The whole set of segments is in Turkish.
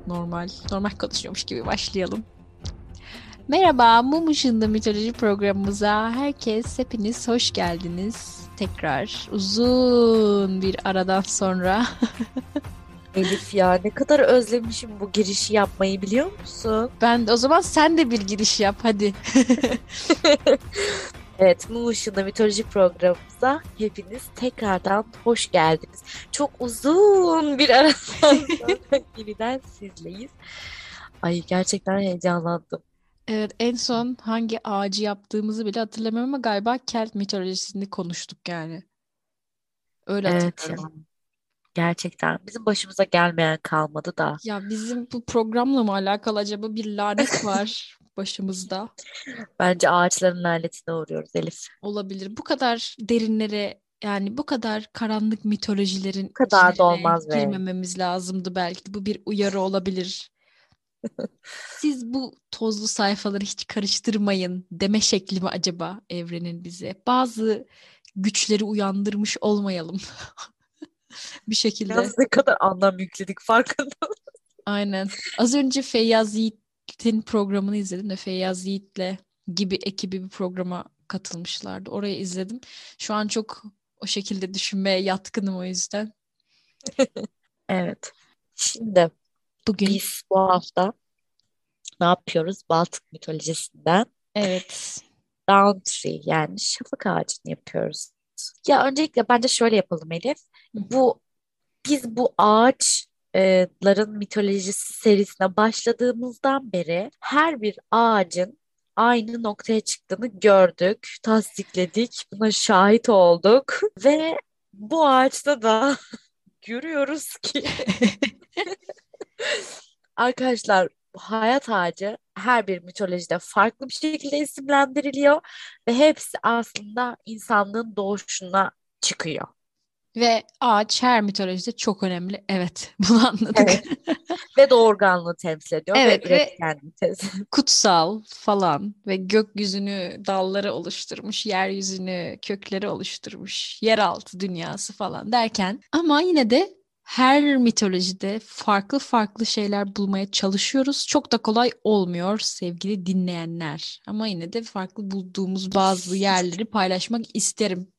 Normal konuşuyormuş gibi başlayalım. Merhaba, Mum Işığında Mitoloji programımıza hepiniz hoş geldiniz. Tekrar uzun bir aradan sonra. Elif ya ne kadar özlemişim bu girişi yapmayı biliyor musun? O zaman sen de bir giriş yap hadi. Evet, Mum Işığında Mitoloji programımıza hepiniz tekrardan hoş geldiniz. Çok uzun bir aradan sonra yeniden sizleyiz. Ay gerçekten heyecanlandım. Evet, en son hangi ağacı yaptığımızı bile hatırlamıyorum ama galiba Kelt mitolojisini konuştuk yani. Öyle Evet ya hatırlıyorum. gerçekten bizim başımıza gelmeyen kalmadı da. Ya bizim bu programla mı alakalı acaba bir lanet var başımızda? Bence ağaçların lanetine uğruyoruz Elif. Olabilir. Bu kadar derinlere yani bu kadar karanlık Bu mitolojilerin kadar da içlerine olmaz be. girmememiz lazımdı belki de. Bu bir uyarı olabilir. Siz bu tozlu sayfaları hiç karıştırmayın deme şekli mi acaba evrenin bize? Bazı güçleri uyandırmış olmayalım bir şekilde. Yalnız ne kadar anlam yükledik farkında. Aynen. Az önce Feyyaz Yiğit'in programını izledim de Feyyaz Yiğit'le gibi ekibi bir programa katılmışlardı. Orayı izledim. Şu an çok o şekilde düşünmeye yatkınım o yüzden. Evet. Şimdi Bugün biz bu hafta ne yapıyoruz? Baltık mitolojisinden evet. Downtree yani şafak ağacını yapıyoruz. Ya öncelikle bence şöyle yapalım Elif. Hı. Biz bu ağaçların mitolojisi serisine başladığımızdan beri her bir ağacın aynı noktaya çıktığını gördük, tasdikledik, buna şahit olduk ve bu ağaçta da görüyoruz ki arkadaşlar bu hayat ağacı her bir mitolojide farklı bir şekilde isimlendiriliyor ve hepsi aslında insanlığın doğuşuna çıkıyor. Ve ağaç her mitolojide çok önemli. Evet, bunu anladık. Evet. Ve doğurganlığı temsil ediyor ve Evet ve üretkenliği temsil ediyor. kutsal falan ve gökyüzünü dalları oluşturmuş, yeryüzünü kökleri oluşturmuş, yeraltı dünyası falan derken ama yine de her mitolojide farklı farklı şeyler bulmaya çalışıyoruz. Çok da kolay olmuyor sevgili dinleyenler. Ama yine de farklı bulduğumuz bazı yerleri paylaşmak isterim.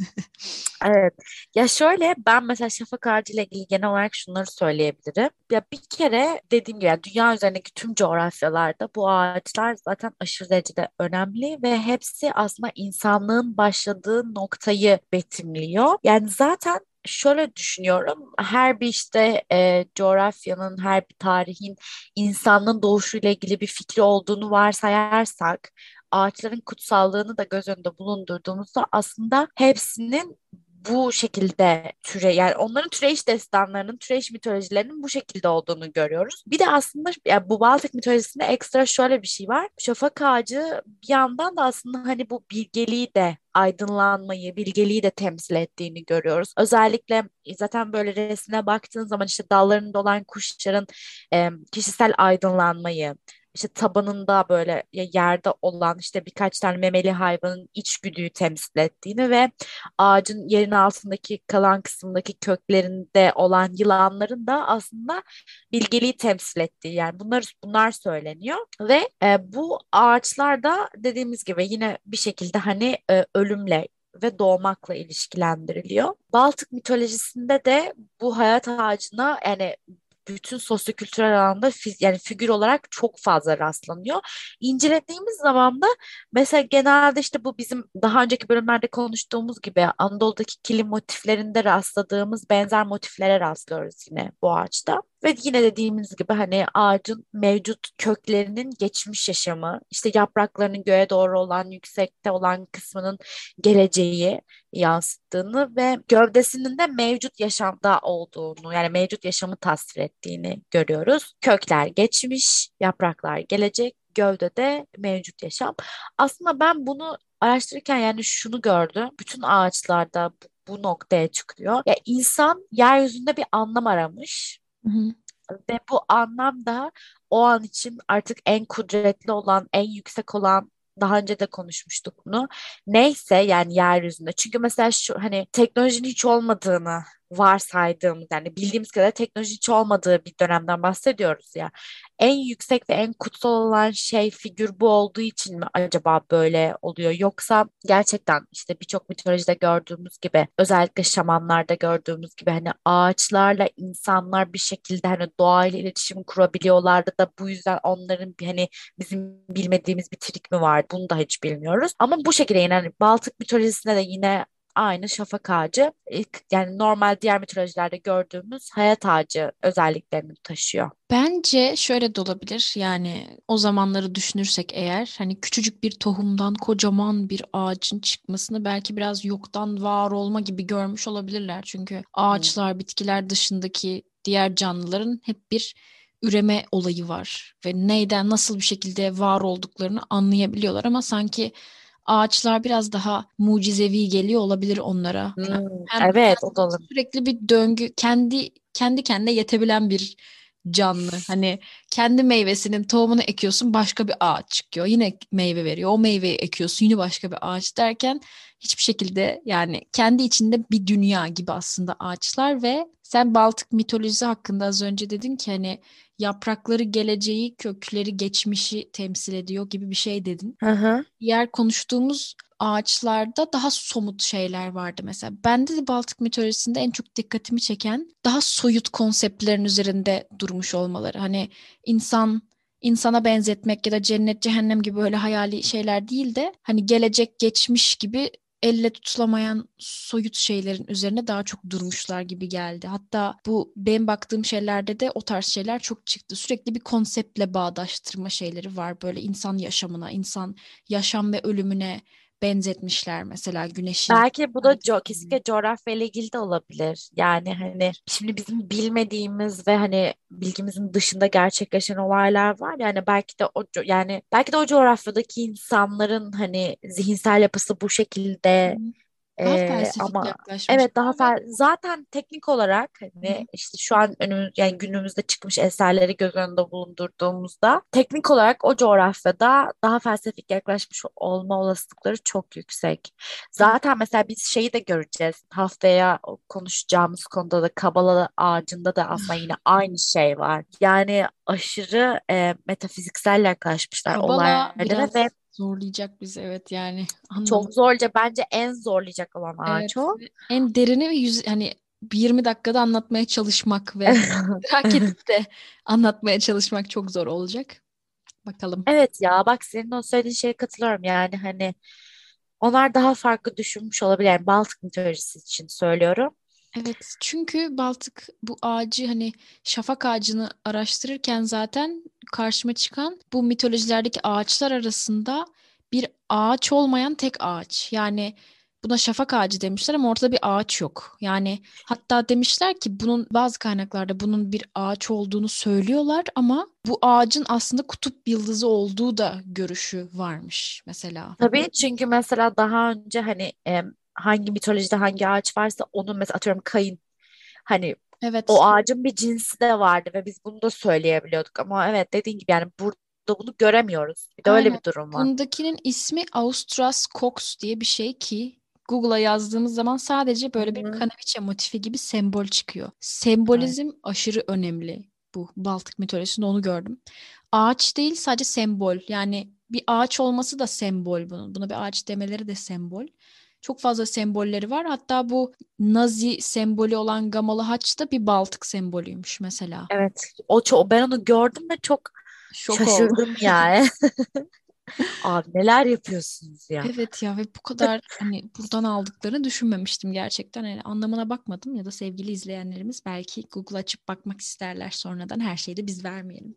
Evet. Ya şöyle ben mesela şafak ağacı ile ilgili genel olarak şunları söyleyebilirim. Ya bir kere dediğim gibi yani dünya üzerindeki tüm coğrafyalarda bu ağaçlar zaten aşırı derecede önemli ve hepsi aslında insanlığın başladığı noktayı betimliyor. Yani zaten şöyle düşünüyorum. Her bir işte coğrafyanın, her bir tarihin insanlığın doğuşuyla ilgili bir fikri olduğunu varsayarsak ağaçların kutsallığını da göz önünde bulundurduğumuzda aslında hepsinin bu şekilde yani onların türeyiş destanlarının, türeyiş mitolojilerinin bu şekilde olduğunu görüyoruz. Bir de aslında yani bu Baltık mitolojisinde ekstra şöyle bir şey var. Şafak ağacı bir yandan da aslında hani bu bilgeliği de aydınlanmayı, bilgeliği de temsil ettiğini görüyoruz. Özellikle zaten böyle resmine baktığın zaman işte dallarında olan kuşların kişisel aydınlanmayı, işte tabanında böyle yerde olan işte birkaç tane memeli hayvanın içgüdüyü temsil ettiğini ve ağacın yerin altındaki kalan kısmındaki köklerinde olan yılanların da aslında bilgeliği temsil ettiği yani bunlar söyleniyor ve bu ağaçlar da dediğimiz gibi yine bir şekilde hani ölümle ve doğmakla ilişkilendiriliyor. Baltık mitolojisinde de bu hayat ağacına yani bütün sosyokültürel alanda yani figür olarak çok fazla rastlanıyor. İncelediğimiz zaman da mesela genelde işte bu bizim daha önceki bölümlerde konuştuğumuz gibi Anadolu'daki kilim motiflerinde rastladığımız benzer motiflere rastlıyoruz yine bu ağaçta. Ve yine dediğimiz gibi hani ağacın mevcut köklerinin geçmiş yaşamı, işte yapraklarının göğe doğru olan, yüksekte olan kısmının geleceği yansıttığını ve gövdesinin de mevcut yaşamda olduğunu, yani mevcut yaşamı tasvir ettiğini görüyoruz. Kökler geçmiş, yapraklar gelecek, gövdede mevcut yaşam. Aslında ben bunu araştırırken yani şunu gördüm. Bütün ağaçlarda bu noktaya çıkıyor. Ya insan yeryüzünde bir anlam aramış Hı hı. ve bu anlam da o an için artık en kudretli olan, en yüksek olan daha önce de konuşmuştuk bunu. Neyse yani yeryüzünde. Çünkü mesela şu hani teknolojinin hiç olmadığını varsaydığımız, yani bildiğimiz kadar teknoloji hiç olmadığı bir dönemden bahsediyoruz ya. En yüksek ve en kutsal olan şey figür bu olduğu için mi acaba böyle oluyor? Yoksa gerçekten işte birçok mitolojide gördüğümüz gibi, özellikle şamanlarda gördüğümüz gibi, hani ağaçlarla insanlar bir şekilde hani doğayla iletişim kurabiliyorlardı da bu yüzden onların bir hani bizim bilmediğimiz bir trik mi var? Bunu da hiç bilmiyoruz. Ama bu şekilde yine hani Baltık mitolojisinde de yine aynı şafak ağacı yani normal diğer mitolojilerde gördüğümüz hayat ağacı özelliklerini taşıyor. Bence şöyle de olabilir. Yani o zamanları düşünürsek eğer hani küçücük bir tohumdan kocaman bir ağacın çıkmasını belki biraz yoktan var olma gibi görmüş olabilirler. Çünkü Hı. ağaçlar, bitkiler dışındaki diğer canlıların hep bir üreme olayı var ve neyden nasıl bir şekilde var olduklarını anlayabiliyorlar ama sanki ağaçlar biraz daha mucizevi geliyor olabilir onlara. Yani hem Evet, o da olabilir. sürekli bir döngü, kendi kendine yetebilen bir canlı. Hani kendi meyvesinin tohumunu ekiyorsun, başka bir ağaç çıkıyor. Yine meyve veriyor. O meyveyi ekiyorsun, yine başka bir ağaç derken hiçbir şekilde yani kendi içinde bir dünya gibi aslında ağaçlar. Ve sen Baltık mitolojisi hakkında az önce dedin ki hani yaprakları geleceği, kökleri geçmişi temsil ediyor gibi bir şey dedin. Hı hı. Diğer konuştuğumuz ağaçlarda daha somut şeyler vardı mesela. Bende de Baltık mitolojisinde en çok dikkatimi çeken daha soyut konseptlerin üzerinde durmuş olmaları. Hani insan insana benzetmek ya da cennet cehennem gibi böyle hayali şeyler değil de hani gelecek geçmiş gibi elle tutulamayan soyut şeylerin üzerine daha çok durmuşlar gibi geldi. Hatta bu benim baktığım şeylerde de o tarz şeyler çok çıktı. Sürekli bir konseptle bağdaştırma şeyleri var böyle insan yaşamına, insan yaşam ve ölümüne benzetmişler mesela güneşin Belki bu da kesinlikle coğrafya ile ilgili de olabilir. Yani hani şimdi bizim bilmediğimiz ve hani bilgimizin dışında gerçekleşen olaylar var. Yani belki de yani belki de o coğrafyadaki insanların hani zihinsel yapısı bu şekilde. daha felsefik Ama evet, yaklaşmışlar ve zaten teknik olarak hı hı. hani işte şu an yani günümüzde çıkmış eserleri göz önünde bulundurduğumuzda teknik olarak o coğrafyada daha felsefik yaklaşmış olma olasılıkları çok yüksek. Evet. Zaten mesela biz şeyi de göreceğiz. Haftaya konuşacağımız konuda da Kabala ağacında da aslında yine aynı şey var. Yani aşırı metafiziksel yaklaşmışlar Kabala olaylara ve biraz zorlayacak bizi evet yani çok zorlayacak, bence en zorlayacak olan ağaç evet o. ve en derini ve hani 20 dakikada anlatmaya çalışmak ve merak edip de anlatmaya çalışmak çok zor olacak. Bakalım. Evet ya, bak senin o söylediğin şeye katılıyorum, yani hani onlar daha farklı düşünmüş olabilir, yani Baltık mitolojisi için söylüyorum. Evet, çünkü Baltık bu ağacı hani şafak ağacını araştırırken zaten karşıma çıkan bu mitolojilerdeki ağaçlar arasında bir ağaç olmayan tek ağaç. Yani buna şafak ağacı demişler ama ortada bir ağaç yok. Yani hatta demişler ki bunun bazı kaynaklarda bunun bir ağaç olduğunu söylüyorlar ama bu ağacın aslında kutup yıldızı olduğu da görüşü varmış mesela. Tabii, çünkü mesela daha önce hani hangi mitolojide hangi ağaç varsa onun, mesela atıyorum kayın, hani o Evet. ağacın bir cinsi de vardı ve biz bunu da söyleyebiliyorduk, ama evet, dediğin gibi yani burada bunu göremiyoruz. Bir de öyle Aynen. bir durum var. Bundakinin ismi Austrus cox diye bir şey ki Google'a yazdığımız zaman sadece Hı böyle bir hı. kanaviçe motifi gibi sembol çıkıyor. Evet. Sembolizm aşırı önemli bu Baltık mitolojisinde onu gördüm. Ağaç değil sadece sembol. Yani bir ağaç olması da sembol bunun. Buna bir ağaç demeleri de sembol. Çok fazla sembolleri var. Hatta bu Nazi sembolü olan gamalı haç da bir Baltık sembolüymüş mesela. Evet. Ben onu gördüm ve çok Şok oldum. şaşırdım yani. Abi neler yapıyorsunuz ya? Evet ya ve bu kadar hani buradan aldıklarını düşünmemiştim gerçekten. Yani anlamına bakmadım ya da sevgili izleyenlerimiz belki Google açıp bakmak isterler sonradan. Her şeyi de biz vermeyelim.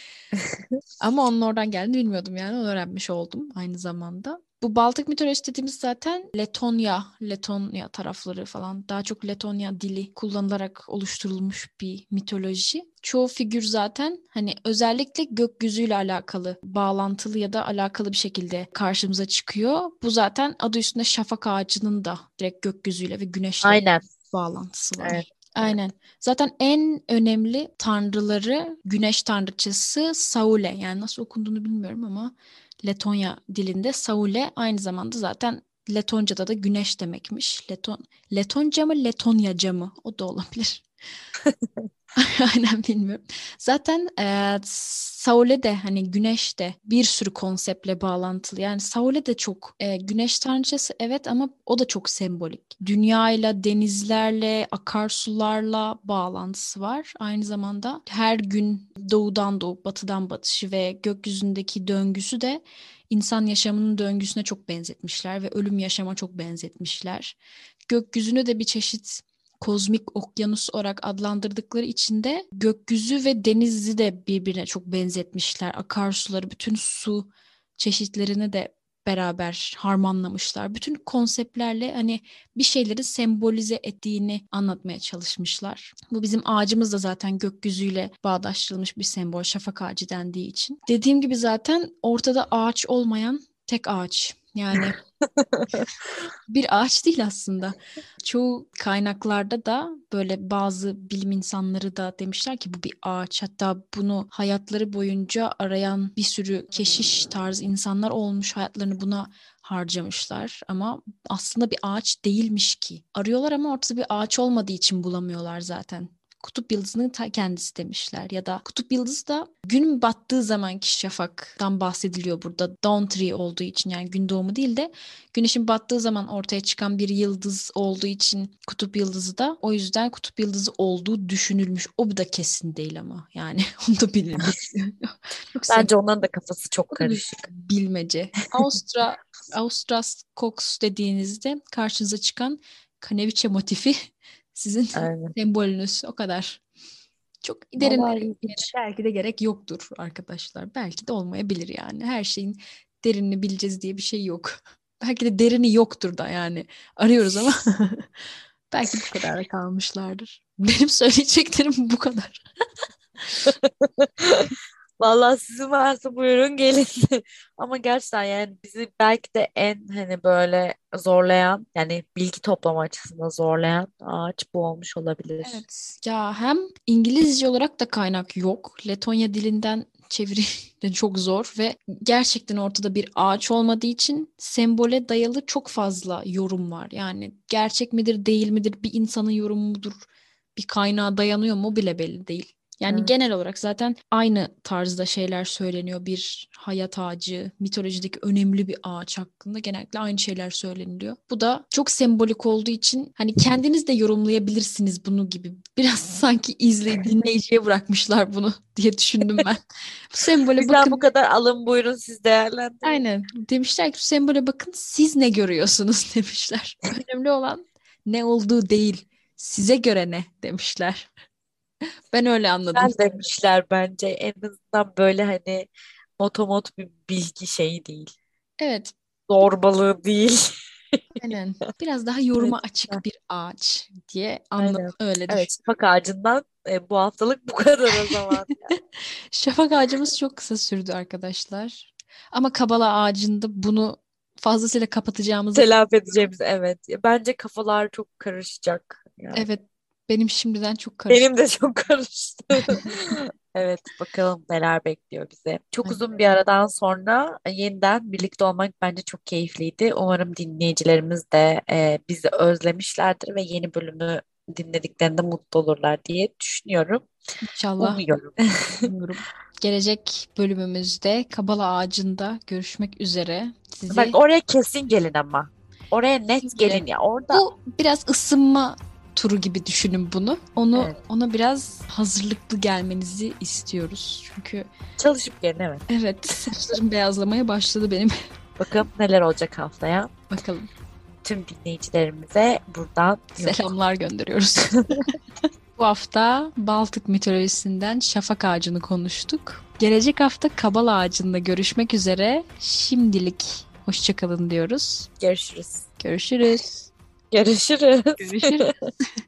Ama onun oradan geldiğini bilmiyordum yani onu öğrenmiş oldum aynı zamanda. Bu Baltık mitolojisi dediğimiz zaten Letonya tarafları falan daha çok Letonya dili kullanılarak oluşturulmuş bir mitoloji. Çoğu figür zaten hani özellikle gökyüzüyle alakalı, bağlantılı ya da alakalı bir şekilde karşımıza çıkıyor. Bu zaten adı üstünde şafak ağacının da direkt gökyüzüyle ve güneşle Aynen. bağlantısı Evet. var. Aynen. Zaten en önemli tanrıları güneş tanrıçası Saule. Yani nasıl okunduğunu bilmiyorum ama Letonya dilinde Saule aynı zamanda zaten Letonca'da da güneş demekmiş. Letonca mı Letonyaca mı? O da olabilir. Aynen bilmiyorum. Zaten Saule de hani güneş de bir sürü konseptle bağlantılı. Yani Saule de çok güneş tanrıçası evet ama o da çok sembolik. Dünyayla, denizlerle, akarsularla bağlantısı var. Aynı zamanda her gün doğudan doğup batıdan batışı ve gökyüzündeki döngüsü de insan yaşamının döngüsüne çok benzetmişler ve ölüm yaşama çok benzetmişler. Gökyüzünü de bir çeşit kozmik okyanus olarak adlandırdıkları için de gökyüzü ve denizi de birbirine çok benzetmişler. Akarsuları, bütün su çeşitlerini de beraber harmanlamışlar. Bütün konseptlerle hani bir şeyleri sembolize ettiğini anlatmaya çalışmışlar. Bu bizim ağacımız da zaten gökyüzüyle bağdaştırılmış bir sembol. Şafak ağacı dendiği için. Dediğim gibi zaten ortada ağaç olmayan tek ağaç. Yani bir ağaç değil aslında. Çoğu kaynaklarda da böyle bazı bilim insanları da demişler ki bu bir ağaç. Hatta bunu hayatları boyunca arayan bir sürü keşiş tarzı insanlar olmuş. Hayatlarını buna harcamışlar. Ama aslında bir ağaç değilmiş ki. Arıyorlar ama ortada bir ağaç olmadığı için bulamıyorlar zaten. Kutup yıldızının ta kendisi demişler. Ya da kutup yıldızı da gün battığı zamanki şafaktan bahsediliyor burada. Dawn tree olduğu için yani gün doğumu değil de güneşin battığı zaman ortaya çıkan bir yıldız olduğu için kutup yıldızı da o yüzden kutup yıldızı olduğu düşünülmüş. O da kesin değil ama yani onu da bilemeyiz. Çok Bence onların da kafası çok o da bir karışık. bilmece. Austrus Cox dediğinizde karşınıza çıkan kaneviçe motifi sizin Aynen. sembolünüz. O kadar. Çok derin Vallahi ilginç. belki de gerek yoktur arkadaşlar. Belki de olmayabilir yani. Her şeyin derinini bileceğiz diye bir şey yok. Belki de derini yoktur da yani. Arıyoruz ama belki bu kadar da kalmışlardır. Benim söyleyeceklerim bu kadar. Vallahi sizin varsa buyurun gelin. Ama gerçekten yani bizi belki de en hani böyle zorlayan yani bilgi toplama açısından zorlayan ağaç bu olmuş olabilir. Evet. Ya hem İngilizce olarak da kaynak yok. Letonya dilinden çeviri de çok zor ve gerçekten ortada bir ağaç olmadığı için sembole dayalı çok fazla yorum var. Yani gerçek midir, değil midir, bir insanın yorumu mudur, bir kaynağa dayanıyor mu bile belli değil. Yani Evet. genel olarak zaten aynı tarzda şeyler söyleniyor. Bir hayat ağacı, mitolojideki önemli bir ağaç hakkında genellikle aynı şeyler söyleniliyor. Bu da çok sembolik olduğu için hani kendiniz de yorumlayabilirsiniz bunu gibi. Biraz sanki dinleyiciye bırakmışlar bunu diye düşündüm ben. Bu sembole Bizden bu bakın. kadar alın buyurun siz değerlendirin. Aynen. Demişler ki bu sembole bakın siz ne görüyorsunuz demişler. Önemli olan ne olduğu değil. Size göre ne demişler. Ben öyle anladım. Güzel demişler bence en azından böyle hani motomot bir bilgi şeyi değil. Evet. Zorbalığı değil. Aynen. Biraz daha Evet, yoruma güzel. açık bir ağaç diye anladım. Aynen. Öyle Evet, düşün. şafak ağacından bu haftalık bu kadar o zaman. Şafak ağacımız çok kısa sürdü arkadaşlar. Ama kabala ağacında bunu fazlasıyla kapatacağımızı Telafi edeceğimiz evet. Bence kafalar çok karışacak yani. evet benim şimdiden çok karıştı. Benim de çok karıştı. Evet, bakalım neler bekliyor bize. Çok Aynen. uzun bir aradan sonra yeniden birlikte olmak bence çok keyifliydi. Umarım dinleyicilerimiz de bizi özlemişlerdir ve yeni bölümü dinlediklerinde mutlu olurlar diye düşünüyorum. İnşallah Umuyorum. umuyorum. Gelecek bölümümüzde kabala ağacında görüşmek üzere. Bak Sizi oraya kesin gelin ama. Oraya net kesinlikle. gelin ya. Orada Bu biraz ısınma turu gibi düşünün bunu. evet, Ona biraz hazırlıklı gelmenizi istiyoruz. Çünkü çalışıp gelin evet. evet saçlarım beyazlamaya başladı benim. Bakalım neler olacak haftaya. Bakalım. Tüm dinleyicilerimize buradan yok. Selamlar gönderiyoruz. Bu hafta Baltık mitolojisinden şafak ağacını konuştuk. Gelecek hafta kabal ağacında görüşmek üzere. Şimdilik hoşça kalın diyoruz. Görüşürüz. Görüşürüz. Görüşürüz. Görüşürüz.